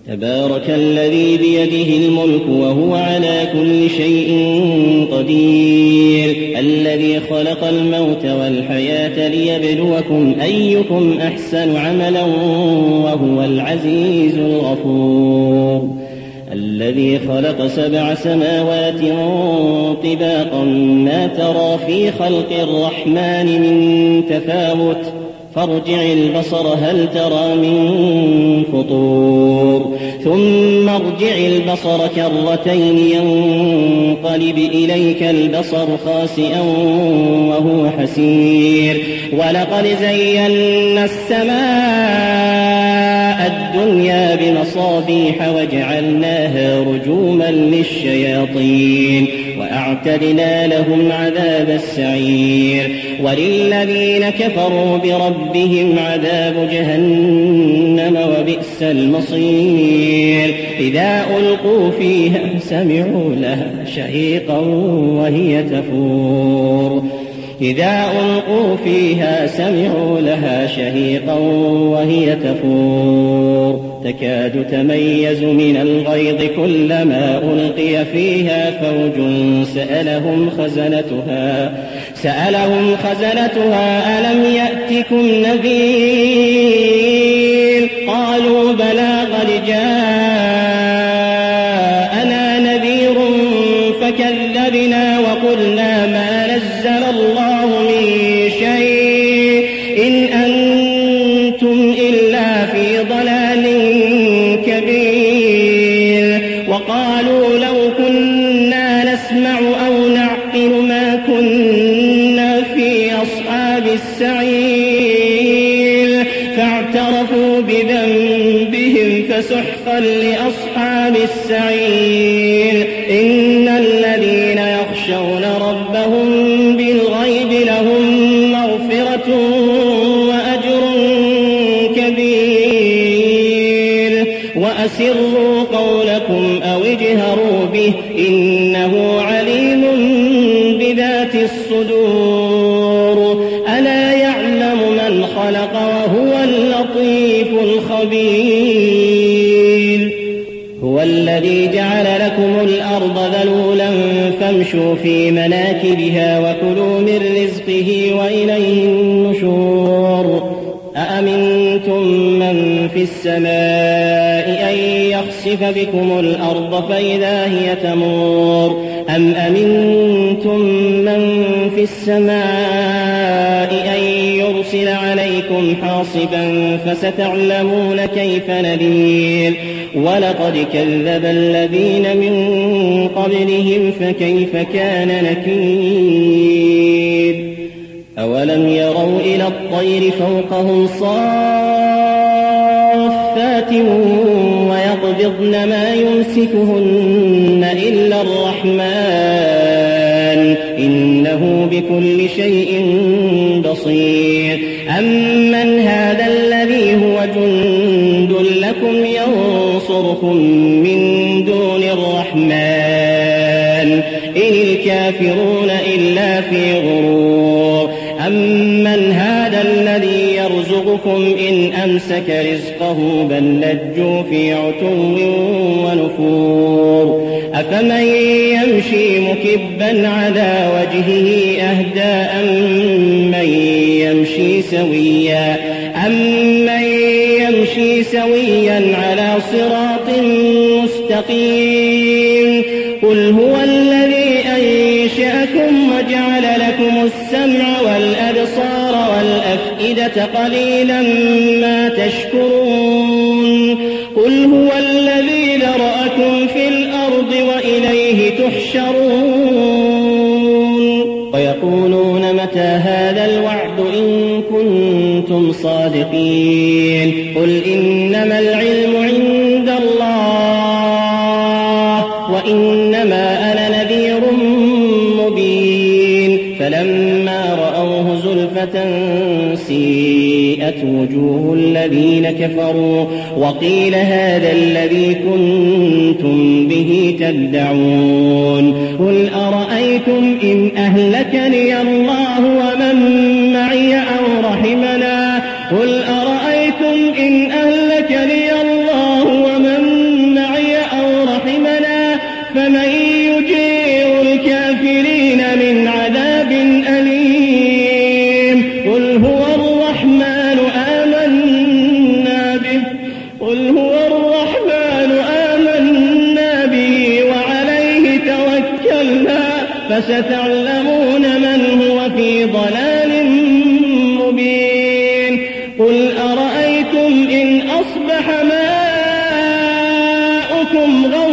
تبارك الذي بيده الملك وهو على كل شيء قدير الذي خلق الموت والحياة ليبلوكم أيكم أحسن عملا وهو العزيز الغفور الذي خلق 7 سماوات طباقا ما ترى في خلق الرحمن من تفاوت فارجع البصر هل ترى من فطور ثم ارجع البصر كرتين ينقلب إليك البصر خاسئا وهو حسير ولقد زينا السماء الدنيا بمصابيح وجعلناها رجوما للشياطين وأعتدنا لهم عذاب السعير وللذين كفروا بربهم عذاب جهنم وبئس المصير إذا ألقوا فيها سمعوا لها شهيقا وهي تفور إذا ألقوا فيها سمعوا لها شهيقا وهي تفور تكاد تميز من الغيظ كلما ألقي فيها فوج سألهم خزنتها ألم يأتكم نذير قالوا بلى قد جاءنا نذير فكذبنا وقلنا ما نزل الله من شيء إن أنتم إلا في ضلال كبير وقالوا لو كنا نسمع أو نعقل ما كنا في أصحاب السعير فاعترفوا بذنبهم فسحقا لأصحاب السعير إن الذين يخشون ربهم بالغيب لهم مغفرة وأجر كبير وأسروا قولكم أو اجهروا به إنه عليم بذات الصدور ألا يعلم من خلق وهو اللطيف الخبير هو الذي جعل لكم الأرض ذلولا فامشوا في مناكبها وكلوا من رزقه وإليه النشور أأمنتم من في السماء أن يخسف بكم الأرض فإذا هي تمور أم أمنتم من في السماء أن يرسل عليكم حاصبا فستعلمون كيف نذير ولقد كذب الذين من قبلهم فكيف كان نكير أولم يروا إلى الطير فوقهم صافات ويقبضن ما يمسكهن إلا الرحمن إنه بكل شيء بصير أمن هذا الذي هو جند لكم ينصركم من دون الرحمن إن الكافرون إلا في غرور أمن هذا الذي يرزقكم إن أمسك رزقه بل لجوا في عتو ونفور أفمن يمشي مكبا على وجهه أهدى أمن يمشي سويا على صراط مستقيم قل هو الذي أنشأكم وجعل لكم السمع والأبصار والأفئدة قليلا ما تشكرون قل هو الذي ذرأكم في الأرض وإليه تحشرون ويقولون متى هذا الوعد إن كنتم صادقين قل إنما العلم عند الله وإنما أنا نذير مبين فلما رأوه زلفة سيئت وجوه الذين كفروا وقيل هذا الذي كنتم به تدعون قل أرأيتم إن أهلكني الله ومن معي أو رحمنا قل أرأيتم إن أهلكني الله ومن فستعلمون من هو في ضلال مبين قل أرأيتم إن أصبح ماؤكم غورا